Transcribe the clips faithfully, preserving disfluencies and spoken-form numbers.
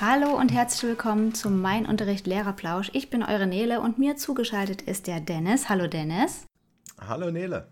Hallo und herzlich willkommen zum Mein Unterricht Lehrerplausch. Ich bin eure Nele und mir zugeschaltet ist der Dennis. Hallo Dennis. Hallo Nele.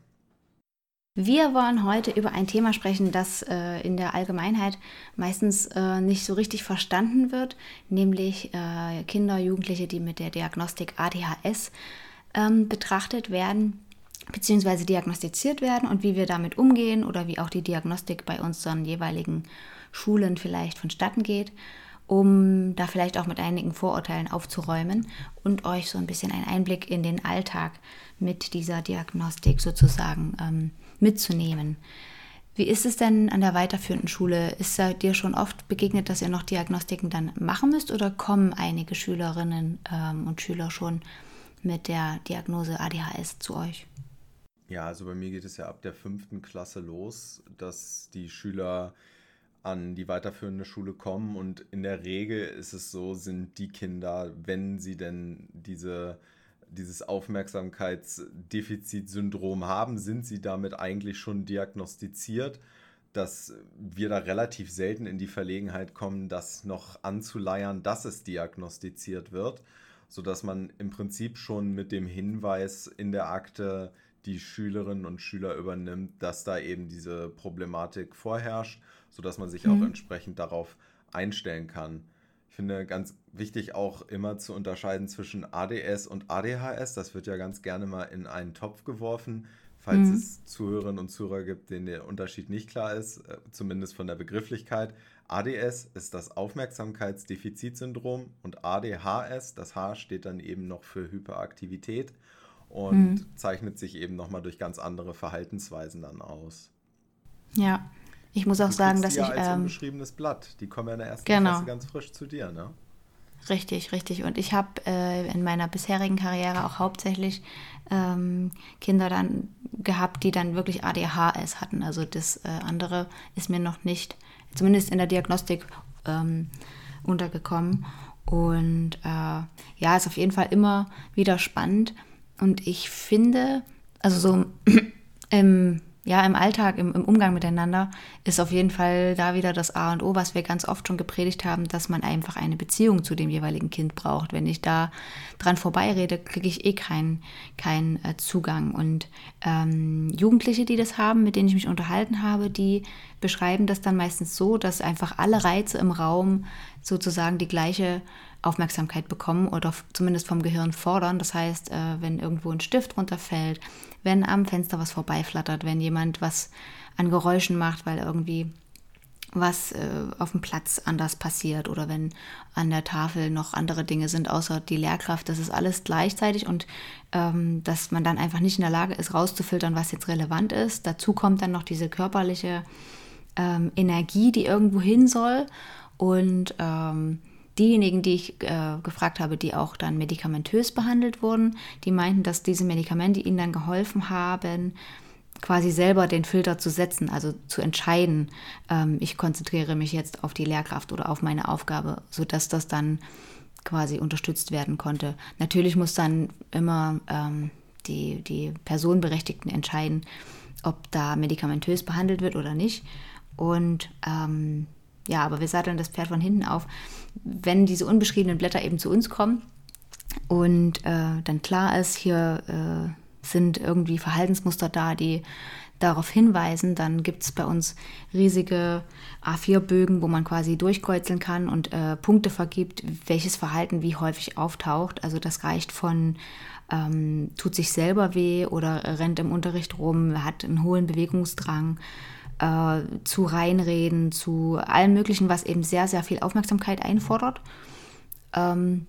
Wir wollen heute über ein Thema sprechen, das äh, in der Allgemeinheit meistens äh, nicht so richtig verstanden wird, nämlich äh, Kinder, Jugendliche, die mit der Diagnostik A D H S ähm, betrachtet werden bzw. diagnostiziert werden und wie wir damit umgehen oder wie auch die Diagnostik bei unseren jeweiligen Schulen vielleicht vonstatten geht, um da vielleicht auch mit einigen Vorurteilen aufzuräumen und euch so ein bisschen einen Einblick in den Alltag mit dieser Diagnostik sozusagen ähm, mitzunehmen. Wie ist es denn an der weiterführenden Schule? Ist da dir schon oft begegnet, dass ihr noch Diagnostiken dann machen müsst oder kommen einige Schülerinnen ähm, und Schüler schon mit der Diagnose A D H S zu euch? Ja, also bei mir geht es ja ab der fünften Klasse los, dass die Schüler an die weiterführende Schule kommen und in der Regel ist es so, sind die Kinder, wenn sie denn diese, dieses Aufmerksamkeitsdefizitsyndrom haben, sind sie damit eigentlich schon diagnostiziert, dass wir da relativ selten in die Verlegenheit kommen, das noch anzuleiern, dass es diagnostiziert wird, sodass man im Prinzip schon mit dem Hinweis in der Akte die Schülerinnen und Schüler übernimmt, dass da eben diese Problematik vorherrscht, sodass man sich auch entsprechend darauf einstellen kann. Ich finde ganz wichtig auch immer zu unterscheiden zwischen A D S und A D H S. Das wird ja ganz gerne mal in einen Topf geworfen, falls mhm. es Zuhörerinnen und Zuhörer gibt, denen der Unterschied nicht klar ist, zumindest von der Begrifflichkeit. A D S ist das Aufmerksamkeitsdefizitsyndrom und A D H S, das H steht dann eben noch für Hyperaktivität und mhm. zeichnet sich eben nochmal durch ganz andere Verhaltensweisen dann aus. Ja. Ich muss auch du sagen, dass die ja ich... als ähm, unbeschriebenes Blatt. Die kommen ja in der ersten genau. Klasse ganz frisch zu dir, ne? Richtig, richtig. Und ich habe äh, in meiner bisherigen Karriere auch hauptsächlich ähm, Kinder dann gehabt, die dann wirklich A D H S hatten. Also das äh, andere ist mir noch nicht, zumindest in der Diagnostik, ähm, untergekommen. Und äh, ja, ist auf jeden Fall immer wieder spannend. Und ich finde, also so im... Ja, im Alltag, im, im Umgang miteinander ist auf jeden Fall da wieder das A und O, was wir ganz oft schon gepredigt haben, dass man einfach eine Beziehung zu dem jeweiligen Kind braucht. Wenn ich da dran vorbeirede, kriege ich eh keinen kein, äh, Zugang. Und ähm, Jugendliche, die das haben, mit denen ich mich unterhalten habe, die beschreiben das dann meistens so, dass einfach alle Reize im Raum sozusagen die gleiche Aufmerksamkeit bekommen oder zumindest vom Gehirn fordern. Das heißt, äh, wenn irgendwo ein Stift runterfällt, wenn am Fenster was vorbeiflattert, wenn jemand was an Geräuschen macht, weil irgendwie was äh, auf dem Platz anders passiert oder wenn an der Tafel noch andere Dinge sind, außer die Lehrkraft, das ist alles gleichzeitig und ähm, dass man dann einfach nicht in der Lage ist, rauszufiltern, was jetzt relevant ist. Dazu kommt dann noch diese körperliche ähm, Energie, die irgendwo hin soll und ähm, diejenigen, die ich äh, gefragt habe, die auch dann medikamentös behandelt wurden, die meinten, dass diese Medikamente ihnen dann geholfen haben, quasi selber den Filter zu setzen, also zu entscheiden, ähm, ich konzentriere mich jetzt auf die Lehrkraft oder auf meine Aufgabe, sodass das dann quasi unterstützt werden konnte. Natürlich muss dann immer ähm, die, die Personenberechtigten entscheiden, ob da medikamentös behandelt wird oder nicht. Und ähm, ja, aber wir satteln das Pferd von hinten auf, wenn diese unbeschriebenen Blätter eben zu uns kommen und äh, dann klar ist, hier äh, sind irgendwie Verhaltensmuster da, die darauf hinweisen, dann gibt es bei uns riesige A vier Bögen, wo man quasi durchkreuzeln kann und äh, Punkte vergibt, welches Verhalten wie häufig auftaucht. Also das reicht von ähm, tut sich selber weh oder rennt im Unterricht rum, hat einen hohen Bewegungsdrang, zu Reinreden, zu allem Möglichen, was eben sehr, sehr viel Aufmerksamkeit einfordert. Ähm,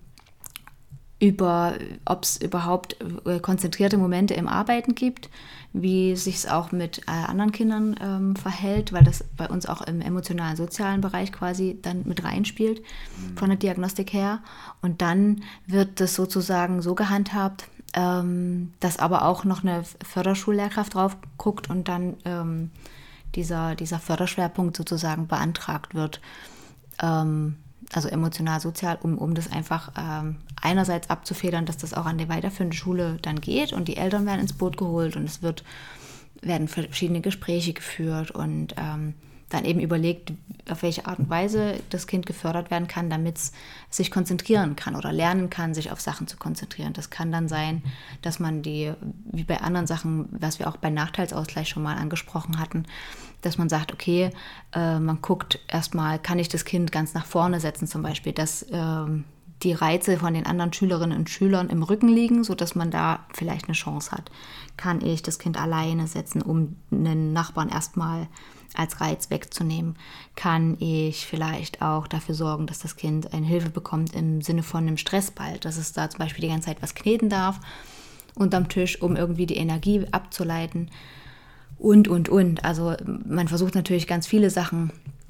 über, ob es überhaupt äh, konzentrierte Momente im Arbeiten gibt, wie sich es auch mit äh, anderen Kindern ähm, verhält, weil das bei uns auch im emotionalen, sozialen Bereich quasi dann mit reinspielt, mhm. von der Diagnostik her. Und dann wird das sozusagen so gehandhabt, ähm, dass aber auch noch eine Förderschullehrkraft drauf guckt und dann ähm, Dieser, dieser Förderschwerpunkt sozusagen beantragt wird, ähm, also emotional-sozial, um, um das einfach ähm, einerseits abzufedern, dass das auch an die weiterführende Schule dann geht und die Eltern werden ins Boot geholt und es wird, werden verschiedene Gespräche geführt und ähm, dann eben überlegt, auf welche Art und Weise das Kind gefördert werden kann, damit es sich konzentrieren kann oder lernen kann, sich auf Sachen zu konzentrieren. Das kann dann sein, dass man die, wie bei anderen Sachen, was wir auch bei Nachteilsausgleich schon mal angesprochen hatten, dass man sagt, okay, äh, man guckt erstmal, kann ich das Kind ganz nach vorne setzen zum Beispiel, dass ähm, die Reize von den anderen Schülerinnen und Schülern im Rücken liegen, sodass man da vielleicht eine Chance hat. Kann ich das Kind alleine setzen, um einen Nachbarn erstmal als Reiz wegzunehmen? Kann ich vielleicht auch dafür sorgen, dass das Kind eine Hilfe bekommt im Sinne von einem Stressball, dass es da zum Beispiel die ganze Zeit was kneten darf unterm Tisch, um irgendwie die Energie abzuleiten und, und, und. Also man versucht natürlich ganz viele Sachen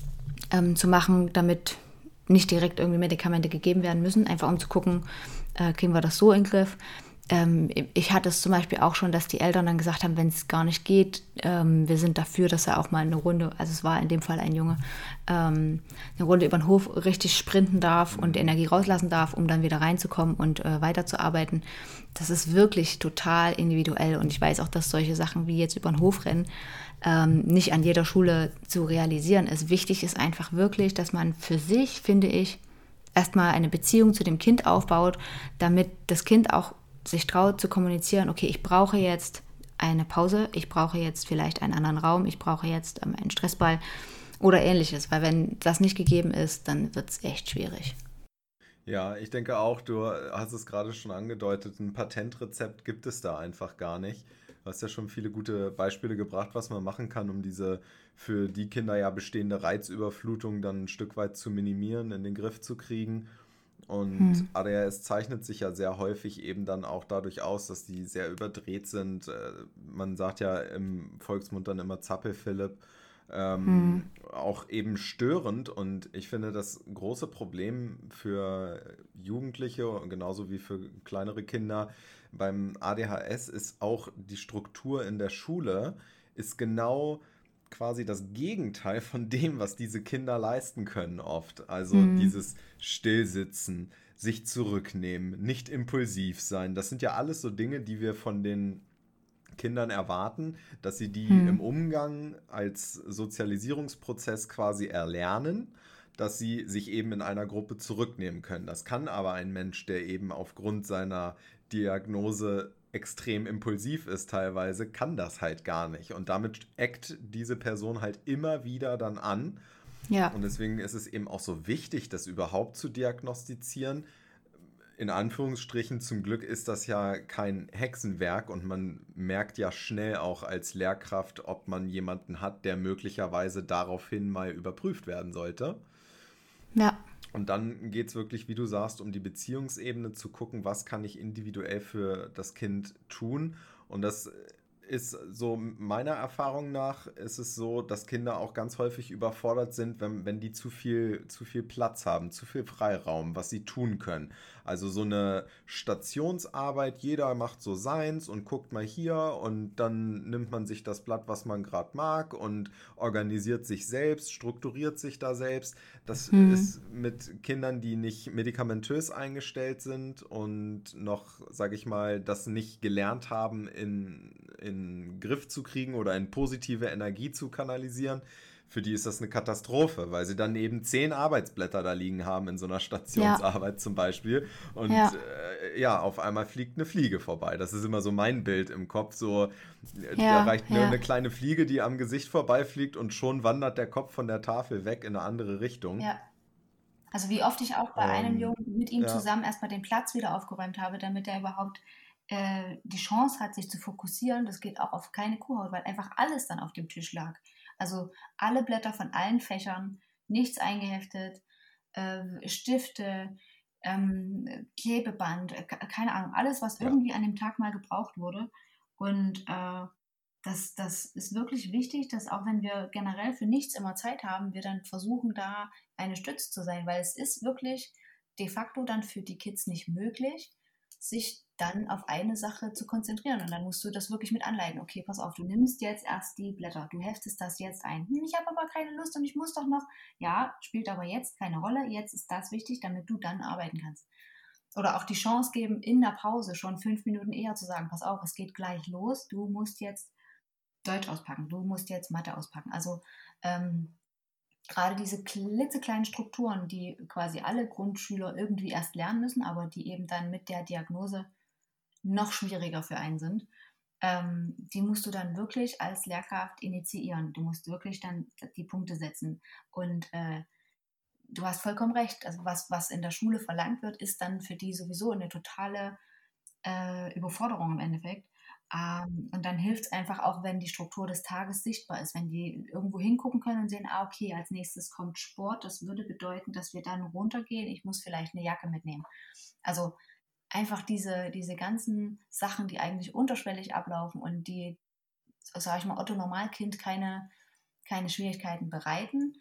ähm, zu machen, damit nicht direkt irgendwie Medikamente gegeben werden müssen, einfach um zu gucken, äh, kriegen wir das so in den Griff. Ähm, ich hatte es zum Beispiel auch schon, dass die Eltern dann gesagt haben, wenn es gar nicht geht, ähm, wir sind dafür, dass er auch mal eine Runde, also es war in dem Fall ein Junge, ähm, eine Runde über den Hof richtig sprinten darf und Energie rauslassen darf, um dann wieder reinzukommen und äh, weiterzuarbeiten. Das ist wirklich total individuell und ich weiß auch, dass solche Sachen wie jetzt über den Hof rennen ähm, nicht an jeder Schule zu realisieren ist. Wichtig ist einfach wirklich, dass man für sich, finde ich, erstmal eine Beziehung zu dem Kind aufbaut, damit das Kind auch sich traut zu kommunizieren, okay, ich brauche jetzt eine Pause, ich brauche jetzt vielleicht einen anderen Raum, ich brauche jetzt ähm, einen Stressball oder ähnliches, weil wenn das nicht gegeben ist, dann wird es echt schwierig. Ja, ich denke auch, du hast es gerade schon angedeutet, ein Patentrezept gibt es da einfach gar nicht. Du hast ja schon viele gute Beispiele gebracht, was man machen kann, um diese für die Kinder ja bestehende Reizüberflutung dann ein Stück weit zu minimieren, in den Griff zu kriegen. Und Hm. A D H S zeichnet sich ja sehr häufig eben dann auch dadurch aus, dass die sehr überdreht sind. Äh, Man sagt ja im Volksmund dann immer Zappel-Philipp. Hm. Ähm, auch eben störend. Und ich finde, das große Problem für Jugendliche und genauso wie für kleinere Kinder beim A D H S ist auch die Struktur in der Schule, ist genau quasi das Gegenteil von dem, was diese Kinder leisten können oft. Also Hm. dieses Stillsitzen, sich zurücknehmen, nicht impulsiv sein. Das sind ja alles so Dinge, die wir von den Kindern erwarten, dass sie die Hm. im Umgang als Sozialisierungsprozess quasi erlernen, dass sie sich eben in einer Gruppe zurücknehmen können. Das kann aber ein Mensch, der eben aufgrund seiner Diagnose extrem impulsiv ist teilweise, kann das halt gar nicht. Und damit eckt diese Person halt immer wieder dann an. Ja, Und deswegen ist es eben auch so wichtig, das überhaupt zu diagnostizieren. In Anführungsstrichen, zum Glück ist das ja kein Hexenwerk und man merkt ja schnell auch als Lehrkraft, ob man jemanden hat, der möglicherweise daraufhin mal überprüft werden sollte. ja, Und dann geht es wirklich, wie du sagst, um die Beziehungsebene zu gucken, was kann ich individuell für das Kind tun. Und das ist so meiner Erfahrung nach, ist es so, dass Kinder auch ganz häufig überfordert sind, wenn, wenn die zu viel, zu viel Platz haben, zu viel Freiraum, was sie tun können. Also so eine Stationsarbeit, jeder macht so seins und guckt mal hier und dann nimmt man sich das Blatt, was man gerade mag und organisiert sich selbst, strukturiert sich da selbst. Das hm. ist mit Kindern, die nicht medikamentös eingestellt sind und noch, sage ich mal, das nicht gelernt haben, in, in Griff zu kriegen oder in positive Energie zu kanalisieren. Für die ist das eine Katastrophe, weil sie dann eben zehn Arbeitsblätter da liegen haben in so einer Ja, Stationsarbeit zum Beispiel. Und ja, äh, ja, auf einmal fliegt eine Fliege vorbei. Das ist immer so mein Bild im Kopf. So, äh, da ja, reicht nur ja, eine kleine Fliege, die am Gesicht vorbeifliegt und schon wandert der Kopf von der Tafel weg in eine andere Richtung. ja. Also wie oft ich auch bei einem Und Jungen mit ihm ja, zusammen erstmal den Platz wieder aufgeräumt habe, damit er überhaupt äh, die Chance hat, sich zu fokussieren. Das geht auch auf keine Kuhhaut, weil einfach alles dann auf dem Tisch lag. Also alle Blätter von allen Fächern, nichts eingeheftet, äh, Stifte, ähm, Klebeband, äh, keine Ahnung, alles, was ja. irgendwie an dem Tag mal gebraucht wurde. Und äh, das, das ist wirklich wichtig, dass auch wenn wir generell für nichts immer Zeit haben, wir dann versuchen, da eine Stütze zu sein, weil es ist wirklich de facto dann für die Kids nicht möglich, sich dann auf eine Sache zu konzentrieren. Und dann musst du das wirklich mit anleiten. Okay, pass auf, du nimmst jetzt erst die Blätter, du heftest das jetzt ein. Hm, ich habe aber keine Lust und ich muss doch noch. Ja, spielt aber jetzt keine Rolle. Jetzt ist das wichtig, damit du dann arbeiten kannst. Oder auch die Chance geben, in der Pause schon fünf Minuten eher zu sagen, pass auf, es geht gleich los, du musst jetzt Deutsch auspacken, du musst jetzt Mathe auspacken. Also ähm, gerade diese klitzekleinen Strukturen, die quasi alle Grundschüler irgendwie erst lernen müssen, aber die eben dann mit der Diagnose noch schwieriger für einen sind, ähm, die musst du dann wirklich als Lehrkraft initiieren. Du musst wirklich dann die Punkte setzen. Und äh, du hast vollkommen recht. Also was, was in der Schule verlangt wird, ist dann für die sowieso eine totale äh, Überforderung im Endeffekt. Ähm, und dann hilft es einfach auch, wenn die Struktur des Tages sichtbar ist, wenn die irgendwo hingucken können und sehen, ah, okay, als nächstes kommt Sport. Das würde bedeuten, dass wir dann runtergehen. Ich muss vielleicht eine Jacke mitnehmen. Also einfach diese, diese ganzen Sachen, die eigentlich unterschwellig ablaufen und die, sage ich mal, Otto Normalkind keine, keine Schwierigkeiten bereiten,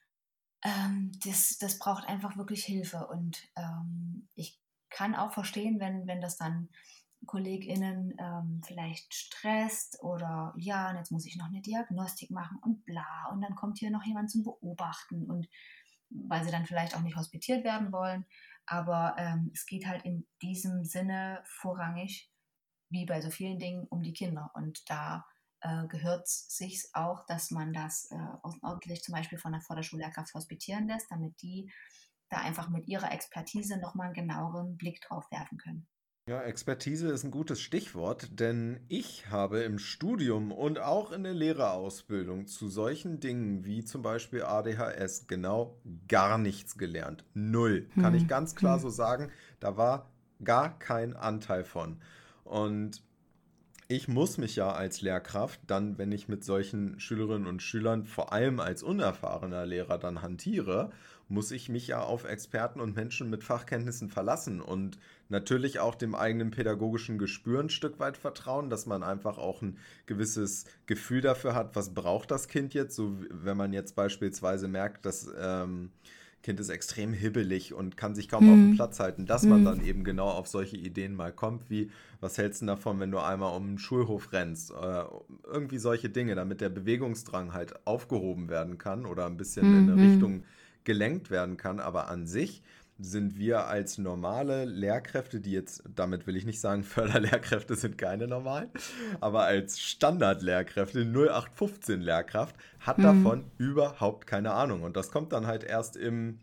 ähm, das, das braucht einfach wirklich Hilfe. Und ähm, ich kann auch verstehen, wenn, wenn das dann KollegInnen ähm, vielleicht stresst oder ja, und jetzt muss ich noch eine Diagnostik machen und bla. Und dann kommt hier noch jemand zum Beobachten und weil sie dann vielleicht auch nicht hospitiert werden wollen. Aber ähm, es geht halt in diesem Sinne vorrangig, wie bei so vielen Dingen, um die Kinder. Und da äh, gehört es sich auch, dass man das äh, ordentlich zum Beispiel von der Förderschullehrkraft hospitieren lässt, damit die da einfach mit ihrer Expertise nochmal einen genaueren Blick drauf werfen können. Ja, Expertise ist ein gutes Stichwort, denn ich habe im Studium und auch in der Lehrerausbildung zu solchen Dingen wie zum Beispiel A D H S genau gar nichts gelernt. Null. Kann ich Hm. ganz klar Hm. so sagen. Da war gar kein Anteil von. Und ich muss mich ja als Lehrkraft dann, wenn ich mit solchen Schülerinnen und Schülern, vor allem als unerfahrener Lehrer dann hantiere, muss ich mich ja auf Experten und Menschen mit Fachkenntnissen verlassen und natürlich auch dem eigenen pädagogischen Gespür ein Stück weit vertrauen, dass man einfach auch ein gewisses Gefühl dafür hat, was braucht das Kind jetzt, so wie- wenn man jetzt beispielsweise merkt, dass ähm, Kind ist extrem hibbelig und kann sich kaum auf dem Hm. Platz halten, dass man Hm. dann eben genau auf solche Ideen mal kommt, wie was hältst du davon, wenn du einmal um den Schulhof rennst? Äh, irgendwie solche Dinge, damit der Bewegungsdrang halt aufgehoben werden kann oder ein bisschen in Hm. eine Hm. Richtung gelenkt werden kann. Aber an sich sind wir als normale Lehrkräfte, die jetzt, damit will ich nicht sagen, Förderlehrkräfte sind keine normalen, aber als Standardlehrkräfte, null acht fünfzehn Lehrkraft, hat Hm. davon überhaupt keine Ahnung. Und das kommt dann halt erst im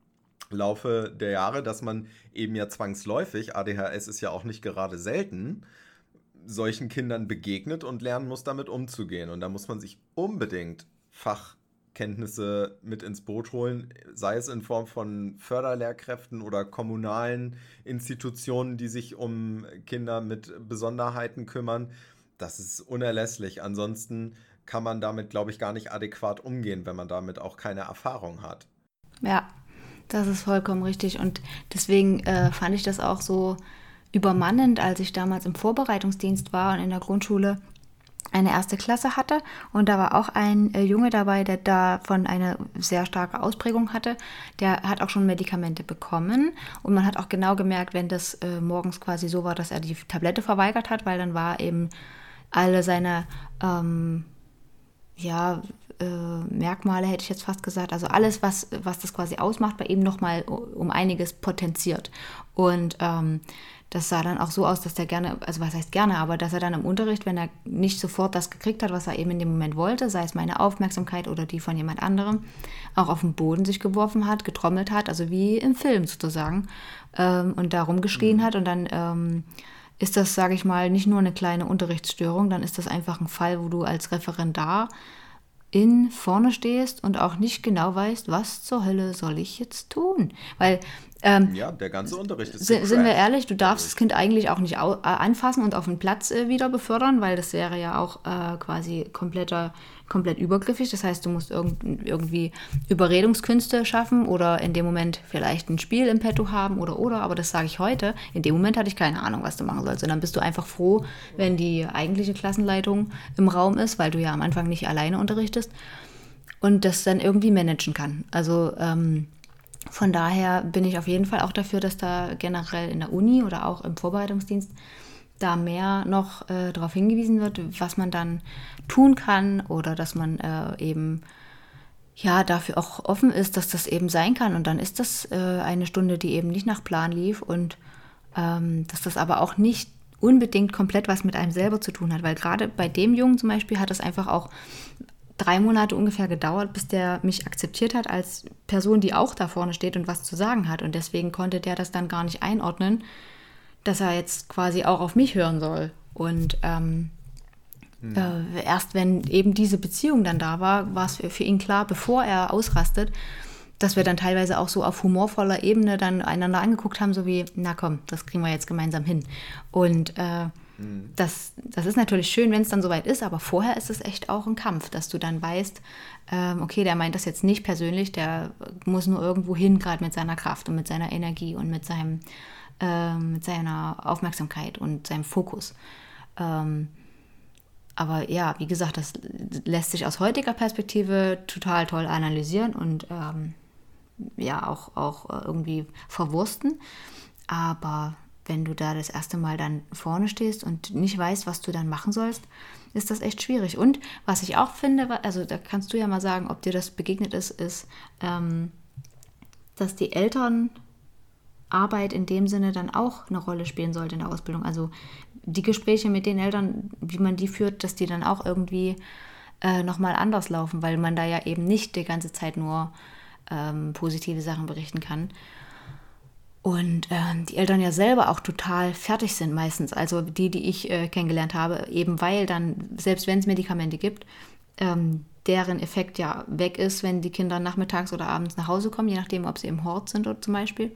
Laufe der Jahre, dass man eben ja zwangsläufig, A D H S ist ja auch nicht gerade selten, solchen Kindern begegnet und lernen muss, damit umzugehen. Und da muss man sich unbedingt Fachkenntnisse mit ins Boot holen, sei es in Form von Förderlehrkräften oder kommunalen Institutionen, die sich um Kinder mit Besonderheiten kümmern. Das ist unerlässlich. Ansonsten kann man damit, glaube ich, gar nicht adäquat umgehen, wenn man damit auch keine Erfahrung hat. Ja, das ist vollkommen richtig. Und deswegen äh, fand ich das auch so übermannend, als ich damals im Vorbereitungsdienst war und in der Grundschule eine erste Klasse hatte. Und da war auch ein äh, Junge dabei, der davon eine sehr starke Ausprägung hatte. Der hat auch schon Medikamente bekommen. Und man hat auch genau gemerkt, wenn das äh, morgens quasi so war, dass er die Tablette verweigert hat, weil dann war eben alle seine ähm, ja, äh, Merkmale, hätte ich jetzt fast gesagt, also alles, was, was das quasi ausmacht, bei ihm nochmal um einiges potenziert. Und ähm, das sah dann auch so aus, dass der gerne, also was heißt gerne, aber dass er dann im Unterricht, wenn er nicht sofort das gekriegt hat, was er eben in dem Moment wollte, sei es meine Aufmerksamkeit oder die von jemand anderem, auch auf den Boden sich geworfen hat, getrommelt hat, also wie im Film sozusagen, ähm, und da rumgeschrien hat und dann ähm, ist das, sage ich mal, nicht nur eine kleine Unterrichtsstörung, dann ist das einfach ein Fall, wo du als Referendar in vorne stehst und auch nicht genau weißt, was zur Hölle soll ich jetzt tun? Weil ähm, Ja, der ganze Unterricht ist si- sind wir gecrashed ehrlich, du darfst das dadurch. Kind eigentlich auch nicht au äh, anfassen und auf den Platz äh, wieder befördern, weil das wäre ja auch äh, quasi kompletter, komplett übergriffig. Das heißt, du musst irgend, irgendwie Überredungskünste schaffen oder in dem Moment vielleicht ein Spiel im Petto haben oder oder, aber das sage ich heute. In dem Moment hatte ich keine Ahnung, was du machen sollst. Und dann bist du einfach froh, wenn die eigentliche Klassenleitung im Raum ist, weil du ja am Anfang nicht alleine unterrichtest und das dann irgendwie managen kann. Also ähm, von daher bin ich auf jeden Fall auch dafür, dass da generell in der Uni oder auch im Vorbereitungsdienst da mehr noch äh, darauf hingewiesen wird, was man dann tun kann oder dass man äh, eben ja dafür auch offen ist, dass das eben sein kann. Und dann ist das äh, eine Stunde, die eben nicht nach Plan lief und ähm, dass das aber auch nicht unbedingt komplett was mit einem selber zu tun hat, weil gerade bei dem Jungen zum Beispiel hat das einfach auch drei Monate ungefähr gedauert, bis der mich akzeptiert hat als Person, die auch da vorne steht und was zu sagen hat. Und deswegen konnte der das dann gar nicht einordnen, dass er jetzt quasi auch auf mich hören soll. Und ähm, hm. äh, erst wenn eben diese Beziehung dann da war, war es für, für ihn klar, bevor er ausrastet, dass wir dann teilweise auch so auf humorvoller Ebene dann einander angeguckt haben, so wie, na komm, das kriegen wir jetzt gemeinsam hin. Und äh, mhm. das, das ist natürlich schön, wenn es dann soweit ist, aber vorher ist es echt auch ein Kampf, dass du dann weißt, ähm, okay, der meint das jetzt nicht persönlich, der muss nur irgendwo hin, gerade mit seiner Kraft und mit seiner Energie und mit, seinem, äh, mit seiner Aufmerksamkeit und seinem Fokus. Ähm, aber ja, wie gesagt, das lässt sich aus heutiger Perspektive total toll analysieren und ähm, ja auch, auch irgendwie verwursten. Aber wenn du da das erste Mal dann vorne stehst und nicht weißt, was du dann machen sollst, ist das echt schwierig. Und was ich auch finde, also da kannst du ja mal sagen, ob dir das begegnet ist, ist, ähm, dass die Elternarbeit in dem Sinne dann auch eine Rolle spielen sollte in der Ausbildung. Also die Gespräche mit den Eltern, wie man die führt, dass die dann auch irgendwie äh, nochmal anders laufen, weil man da ja eben nicht die ganze Zeit nur ähm, positive Sachen berichten kann. Und ähm, die Eltern ja selber auch total fertig sind meistens. Also die, die ich äh, kennengelernt habe, eben weil dann, selbst wenn es Medikamente gibt, ähm, deren Effekt ja weg ist, wenn die Kinder nachmittags oder abends nach Hause kommen, je nachdem, ob sie im Hort sind oder zum Beispiel.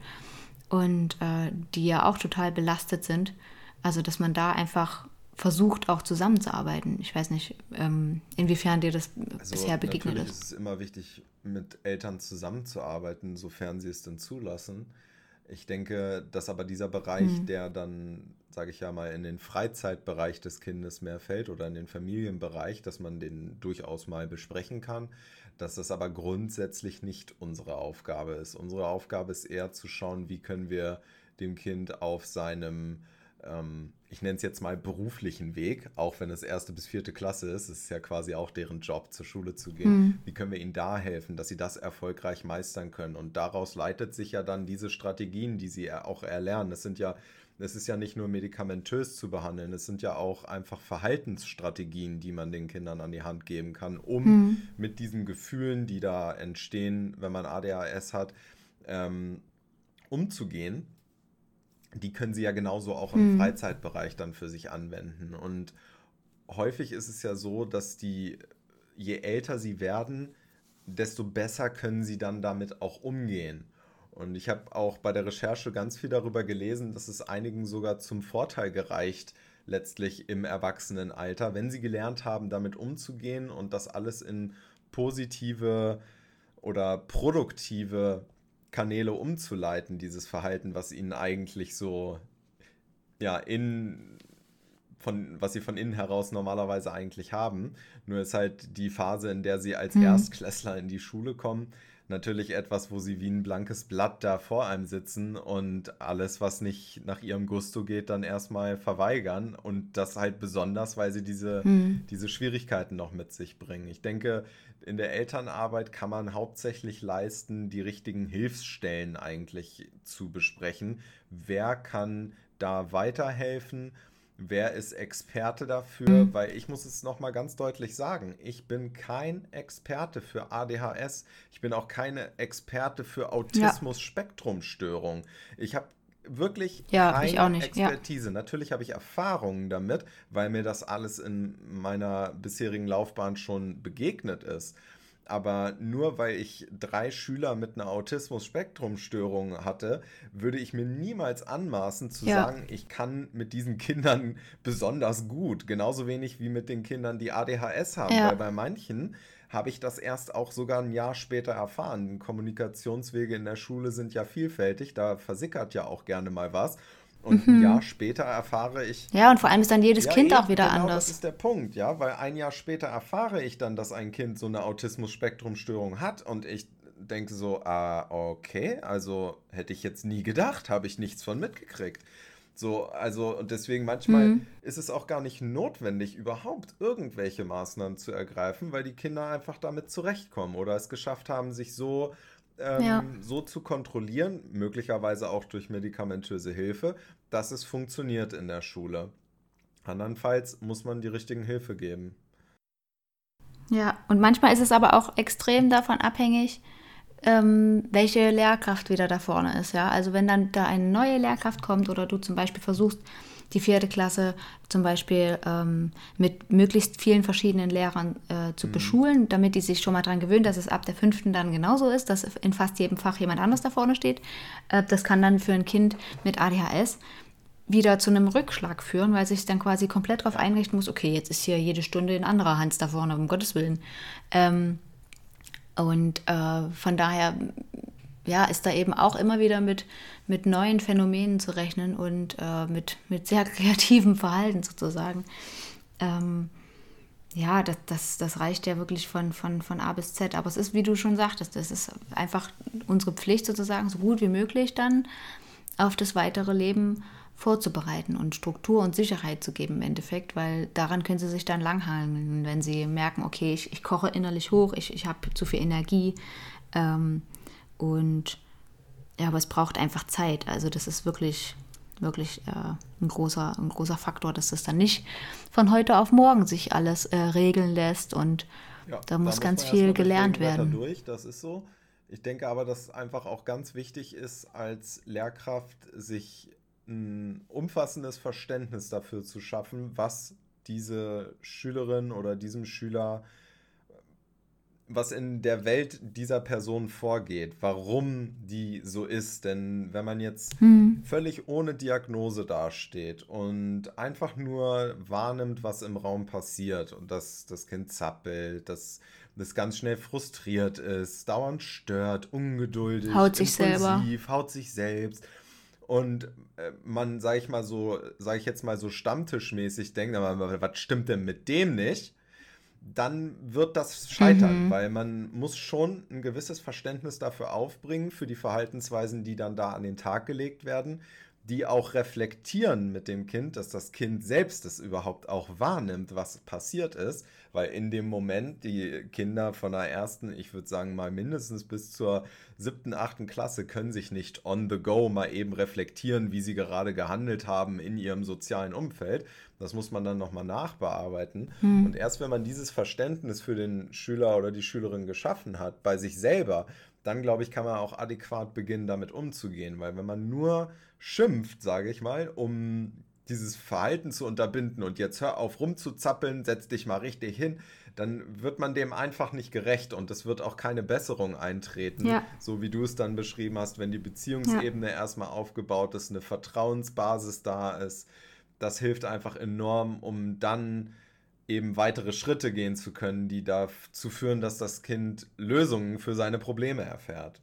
Und äh, die ja auch total belastet sind. Also dass man da einfach versucht, auch zusammenzuarbeiten. Ich weiß nicht, ähm, inwiefern dir das also bisher begegnet ist. Natürlich ist es immer wichtig, mit Eltern zusammenzuarbeiten, sofern sie es denn zulassen. Ich denke, dass aber dieser Bereich, hm. der dann, sage ich ja mal, in den Freizeitbereich des Kindes mehr fällt oder in den Familienbereich, dass man den durchaus mal besprechen kann, dass das aber grundsätzlich nicht unsere Aufgabe ist. Unsere Aufgabe ist eher zu schauen, wie können wir dem Kind auf seinem, ähm, ich nenne es jetzt mal beruflichen Weg, auch wenn es erste bis vierte Klasse ist, es ist ja quasi auch deren Job, zur Schule zu gehen. Hm. Wie können wir ihnen da helfen, dass sie das erfolgreich meistern können? Und daraus leitet sich ja dann diese Strategien, die sie auch erlernen. Es sind ja, es ist ja nicht nur medikamentös zu behandeln, es sind ja auch einfach Verhaltensstrategien, die man den Kindern an die Hand geben kann, um hm. mit diesen Gefühlen, die da entstehen, wenn man A D H S hat, ähm, umzugehen. Die können sie ja genauso auch im hm. Freizeitbereich dann für sich anwenden. Und häufig ist es ja so, dass die, je älter sie werden, desto besser können sie dann damit auch umgehen. Und ich habe auch bei der Recherche ganz viel darüber gelesen, dass es einigen sogar zum Vorteil gereicht, letztlich im Erwachsenenalter, wenn sie gelernt haben, damit umzugehen und das alles in positive oder produktive Kanäle umzuleiten, dieses Verhalten, was ihnen eigentlich so, ja, in, von, was sie von innen heraus normalerweise eigentlich haben. Nur ist halt die Phase, in der sie als hm. Erstklässler in die Schule kommen, natürlich etwas, wo sie wie ein blankes Blatt da vor einem sitzen und alles, was nicht nach ihrem Gusto geht, dann erstmal verweigern. Und das halt besonders, weil sie diese, hm. diese Schwierigkeiten noch mit sich bringen. Ich denke, in der Elternarbeit kann man hauptsächlich leisten, die richtigen Hilfsstellen eigentlich zu besprechen. Wer kann da weiterhelfen? Wer ist Experte dafür? Mhm. Weil ich muss es nochmal ganz deutlich sagen, ich bin kein Experte für A D H S. Ich bin auch keine Experte für Autismus-Spektrum-Störung. Ich habe wirklich ja, keine ich auch nicht. Expertise. Ja. Natürlich habe ich Erfahrungen damit, weil mir das alles in meiner bisherigen Laufbahn schon begegnet ist. Aber nur weil ich drei Schüler mit einer Autismus-Spektrum-Störung hatte, würde ich mir niemals anmaßen zu ja. sagen, ich kann mit diesen Kindern besonders gut. Genauso wenig wie mit den Kindern, die A D H S haben. Ja. Weil bei manchen habe ich das erst auch sogar ein Jahr später erfahren. Kommunikationswege in der Schule sind ja vielfältig, da versickert ja auch gerne mal was. Und mhm. ein Jahr später erfahre ich... Ja, und vor allem ist dann jedes ja, Kind eben, auch wieder genau anders. Das ist der Punkt, ja, weil ein Jahr später erfahre ich dann, dass ein Kind so eine Autismus-Spektrum-Störung hat und ich denke so, ah, okay, also hätte ich jetzt nie gedacht, habe ich nichts von mitgekriegt. So, also, und deswegen manchmal mhm. ist es auch gar nicht notwendig, überhaupt irgendwelche Maßnahmen zu ergreifen, weil die Kinder einfach damit zurechtkommen oder es geschafft haben, sich so... Ähm, ja. so zu kontrollieren, möglicherweise auch durch medikamentöse Hilfe, dass es funktioniert in der Schule. Andernfalls muss man die richtigen Hilfe geben. Ja, und manchmal ist es aber auch extrem davon abhängig, ähm, welche Lehrkraft wieder da vorne ist. Ja? Also wenn dann da eine neue Lehrkraft kommt oder du zum Beispiel versuchst, die vierte Klasse zum Beispiel ähm, mit möglichst vielen verschiedenen Lehrern äh, zu Mhm. beschulen, damit die sich schon mal dran gewöhnen, dass es ab der fünften dann genauso ist, dass in fast jedem Fach jemand anders da vorne steht. Äh, das kann dann für ein Kind mit A D H S wieder zu einem Rückschlag führen, weil sich dann quasi komplett darauf Ja. einrichten muss, okay, jetzt ist hier jede Stunde ein anderer Hans da vorne, um Gottes Willen. Ähm, und äh, von daher, ja, ist da eben auch immer wieder mit, mit neuen Phänomenen zu rechnen und äh, mit, mit sehr kreativem Verhalten sozusagen. Ähm, ja, das, das, das reicht ja wirklich von, von, von A bis Z. Aber es ist, wie du schon sagtest, es ist einfach unsere Pflicht sozusagen, so gut wie möglich dann auf das weitere Leben vorzubereiten und Struktur und Sicherheit zu geben im Endeffekt, weil daran können sie sich dann langhangeln, wenn sie merken, okay, ich, ich koche innerlich hoch, ich, ich habe zu viel Energie ähm, und ja, aber es braucht einfach Zeit. Also das ist wirklich, wirklich äh, ein großer, ein großer Faktor, dass das dann nicht von heute auf morgen sich alles äh, regeln lässt und Ja, da da muss muss ganz man viel erstmal durch gelernt Regenwetter werden. durch, das ist so. Ich denke aber, dass einfach auch ganz wichtig ist, als Lehrkraft sich ein umfassendes Verständnis dafür zu schaffen, was diese Schülerin oder diesem Schüler, was in der Welt dieser Person vorgeht, warum die so ist. Denn wenn man jetzt Hm. völlig ohne Diagnose dasteht und einfach nur wahrnimmt, was im Raum passiert und dass das Kind zappelt, dass das ganz schnell frustriert ist, dauernd stört, ungeduldig, Haut sich selber. impulsiv, haut sich selbst und äh, man, sag ich mal so, sag ich jetzt mal so stammtischmäßig denkt, aber was stimmt denn mit dem nicht? Dann wird das scheitern, Mhm. weil man muss schon ein gewisses Verständnis dafür aufbringen, für die Verhaltensweisen, die dann da an den Tag gelegt werden, die auch reflektieren mit dem Kind, dass das Kind selbst es überhaupt auch wahrnimmt, was passiert ist, weil in dem Moment die Kinder von der ersten, ich würde sagen mal mindestens bis zur siebten, achten Klasse können sich nicht on the go mal eben reflektieren, wie sie gerade gehandelt haben in ihrem sozialen Umfeld. Das muss man dann nochmal nachbearbeiten. Hm. Und erst wenn man dieses Verständnis für den Schüler oder die Schülerin geschaffen hat, bei sich selber, dann glaube ich, kann man auch adäquat beginnen, damit umzugehen. Weil wenn man nur schimpft, sage ich mal, um dieses Verhalten zu unterbinden und jetzt hör auf rumzuzappeln, setz dich mal richtig hin, dann wird man dem einfach nicht gerecht und es wird auch keine Besserung eintreten, Ja, so wie du es dann beschrieben hast, wenn die ja. Beziehungsebene erstmal aufgebaut ist, eine Vertrauensbasis da ist. Das hilft einfach enorm, um dann eben weitere Schritte gehen zu können, die dazu führen, dass das Kind Lösungen für seine Probleme erfährt.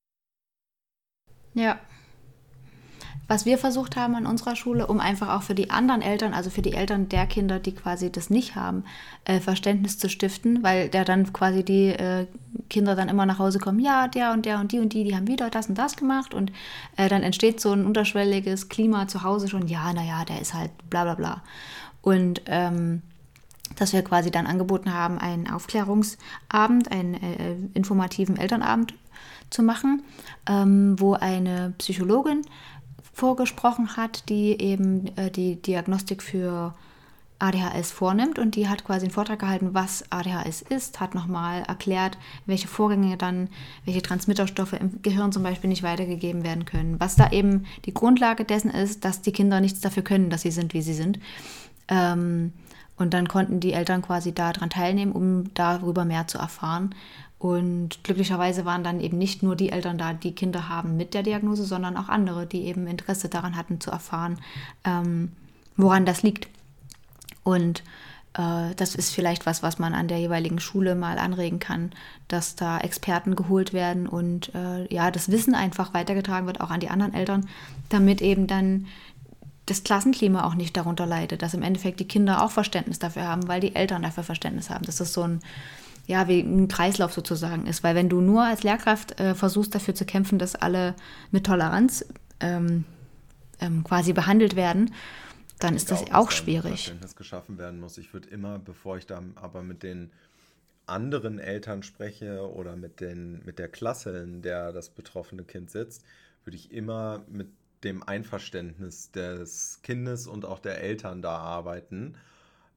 Ja. Was wir versucht haben an unserer Schule, um einfach auch für die anderen Eltern, also für die Eltern der Kinder, die quasi das nicht haben, äh, Verständnis zu stiften, weil der dann quasi die äh, Kinder dann immer nach Hause kommen, ja, der und der und die und die, die haben wieder das und das gemacht und äh, dann entsteht so ein unterschwelliges Klima zu Hause schon, ja, naja, der ist halt bla bla bla. Und ähm, dass wir quasi dann angeboten haben, einen Aufklärungsabend, einen äh, informativen Elternabend zu machen, ähm, wo eine Psychologin vorgesprochen hat, die eben äh, die Diagnostik für A D H S vornimmt und die hat quasi einen Vortrag gehalten, was A D H S ist, hat nochmal erklärt, welche Vorgänge dann, welche Transmitterstoffe im Gehirn zum Beispiel nicht weitergegeben werden können, was da eben die Grundlage dessen ist, dass die Kinder nichts dafür können, dass sie sind, wie sie sind. Ähm, und dann konnten die Eltern quasi daran teilnehmen, um darüber mehr zu erfahren. Und glücklicherweise waren dann eben nicht nur die Eltern da, die Kinder haben mit der Diagnose, sondern auch andere, die eben Interesse daran hatten zu erfahren, ähm, woran das liegt. Und äh, das ist vielleicht was, was man an der jeweiligen Schule mal anregen kann, dass da Experten geholt werden und äh, ja, das Wissen einfach weitergetragen wird, auch an die anderen Eltern, damit eben dann das Klassenklima auch nicht darunter leidet, dass im Endeffekt die Kinder auch Verständnis dafür haben, weil die Eltern dafür Verständnis haben, dass das so ein, ja, wie ein Kreislauf sozusagen ist. Weil wenn du nur als Lehrkraft äh, versuchst dafür zu kämpfen, dass alle mit Toleranz ähm, ähm, quasi behandelt werden, Ich dann ist denke das auch, dass auch da ein schwierig. Verständnis geschaffen werden muss. Ich würde immer, bevor ich da aber mit den anderen Eltern spreche oder mit den, mit der Klasse, in der das betroffene Kind sitzt, würde ich immer mit dem Einverständnis des Kindes und auch der Eltern da arbeiten,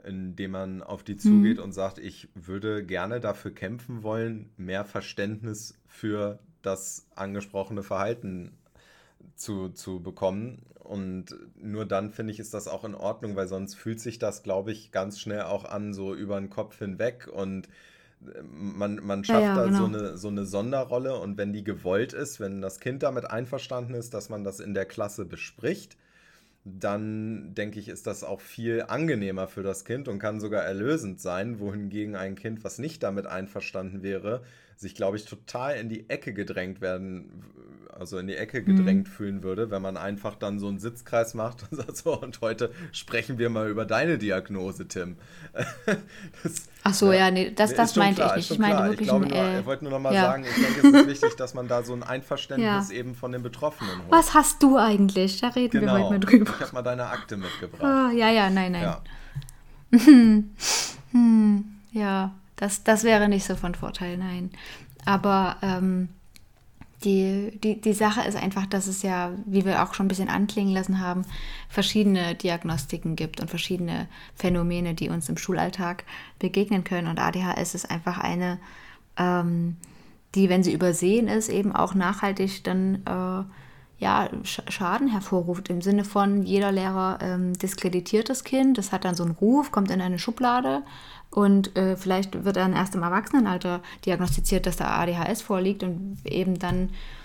indem man auf die zugeht mhm. und sagt, ich würde gerne dafür kämpfen wollen, mehr Verständnis für das angesprochene Verhalten zu, zu bekommen. Und nur dann, finde ich, ist das auch in Ordnung, weil sonst fühlt sich das, glaube ich, ganz schnell auch an, so über den Kopf hinweg und man, man schafft ja, ja, da genau. so, eine, so eine Sonderrolle und wenn die gewollt ist, wenn das Kind damit einverstanden ist, dass man das in der Klasse bespricht, dann denke ich, ist das auch viel angenehmer für das Kind und kann sogar erlösend sein, wohingegen ein Kind, was nicht damit einverstanden wäre, sich, glaube ich, total in die Ecke gedrängt werden, also in die Ecke gedrängt mhm. fühlen würde, wenn man einfach dann so einen Sitzkreis macht und sagt so, und heute sprechen wir mal über deine Diagnose, Tim. Das, Ach so, ja, ja nee, das, das meinte klar, ich nicht. Ich meine wirklich, ich glaube nur, äh, ich wollte nur noch mal ja. sagen, ich denke, es ist wichtig, dass man da so ein Einverständnis ja. eben von den Betroffenen holt. Was hast du eigentlich? Da reden genau. wir heute mal drüber. Ich habe mal deine Akte mitgebracht. Oh, ja, ja, nein, nein. Ja, hm, ja das, das wäre nicht so von Vorteil, nein. Aber ähm, die, die, die Sache ist einfach, dass es ja, wie wir auch schon ein bisschen anklingen lassen haben, verschiedene Diagnostiken gibt und verschiedene Phänomene, die uns im Schulalltag begegnen können. Und A D H S ist einfach eine, ähm, die, wenn sie übersehen ist, eben auch nachhaltig dann äh, ja, Schaden hervorruft. Im Sinne von, jeder Lehrer ähm, diskreditiert das Kind, das hat dann so einen Ruf, kommt in eine Schublade. Und äh, vielleicht wird dann erst im Erwachsenenalter diagnostiziert, dass da A D H S vorliegt und eben dann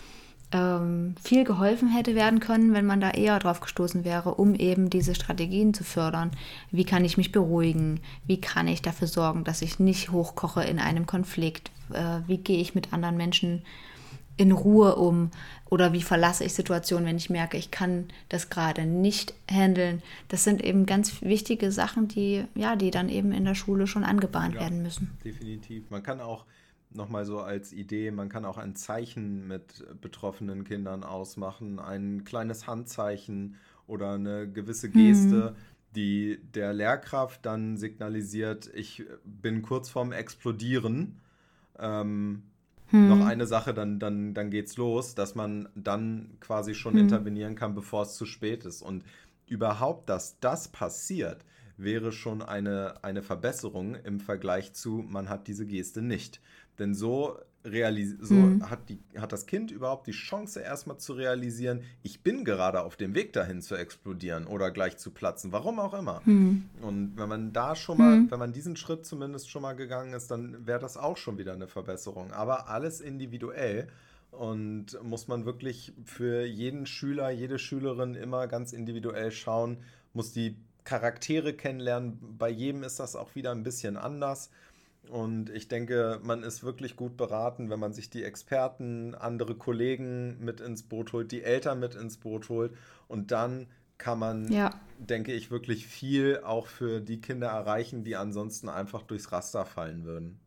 ähm, viel geholfen hätte werden können, wenn man da eher drauf gestoßen wäre, um eben diese Strategien zu fördern. Wie kann ich mich beruhigen? Wie kann ich dafür sorgen, dass ich nicht hochkoche in einem Konflikt? Äh, wie gehe ich mit anderen Menschen in Ruhe um? Oder wie verlasse ich Situationen, wenn ich merke, ich kann das gerade nicht handeln? Das sind eben ganz wichtige Sachen, die, ja, die dann eben in der Schule schon angebahnt ja, werden müssen. Definitiv. Man kann auch nochmal so als Idee, man kann auch ein Zeichen mit betroffenen Kindern ausmachen, ein kleines Handzeichen oder eine gewisse Geste, hm. die der Lehrkraft dann signalisiert, ich bin kurz vorm Explodieren. Ähm, Hm. Noch eine Sache, dann, dann, dann geht's los, dass man dann quasi schon hm. intervenieren kann, bevor es zu spät ist. Und überhaupt, dass das passiert, wäre schon eine, eine Verbesserung im Vergleich zu, man hat diese Geste nicht. Denn so, realis- so hm. hat, die, hat das Kind überhaupt die Chance, erstmal zu realisieren, ich bin gerade auf dem Weg dahin zu explodieren oder gleich zu platzen, warum auch immer. Hm. Und wenn man da schon mal, hm. wenn man diesen Schritt zumindest schon mal gegangen ist, dann wäre das auch schon wieder eine Verbesserung. Aber alles individuell und muss man wirklich für jeden Schüler, jede Schülerin immer ganz individuell schauen, muss die Charaktere kennenlernen. Bei jedem ist das auch wieder ein bisschen anders. Und ich denke, man ist wirklich gut beraten, wenn man sich die Experten, andere Kollegen mit ins Boot holt, die Eltern mit ins Boot holt. Und dann kann man, ja. denke ich, wirklich viel auch für die Kinder erreichen, die ansonsten einfach durchs Raster fallen würden.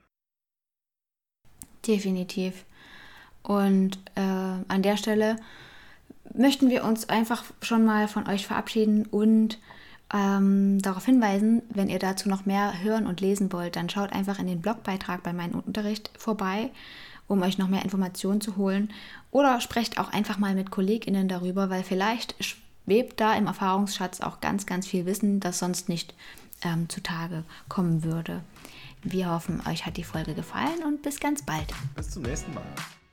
Definitiv. Und äh, an der Stelle möchten wir uns einfach schon mal von euch verabschieden und Ähm, darauf hinweisen, wenn ihr dazu noch mehr hören und lesen wollt, dann schaut einfach in den Blogbeitrag bei meinem Unterricht vorbei, um euch noch mehr Informationen zu holen. Oder sprecht auch einfach mal mit KollegInnen darüber, weil vielleicht schwebt da im Erfahrungsschatz auch ganz, ganz viel Wissen, das sonst nicht ähm, zutage kommen würde. Wir hoffen, euch hat die Folge gefallen und bis ganz bald. Bis zum nächsten Mal.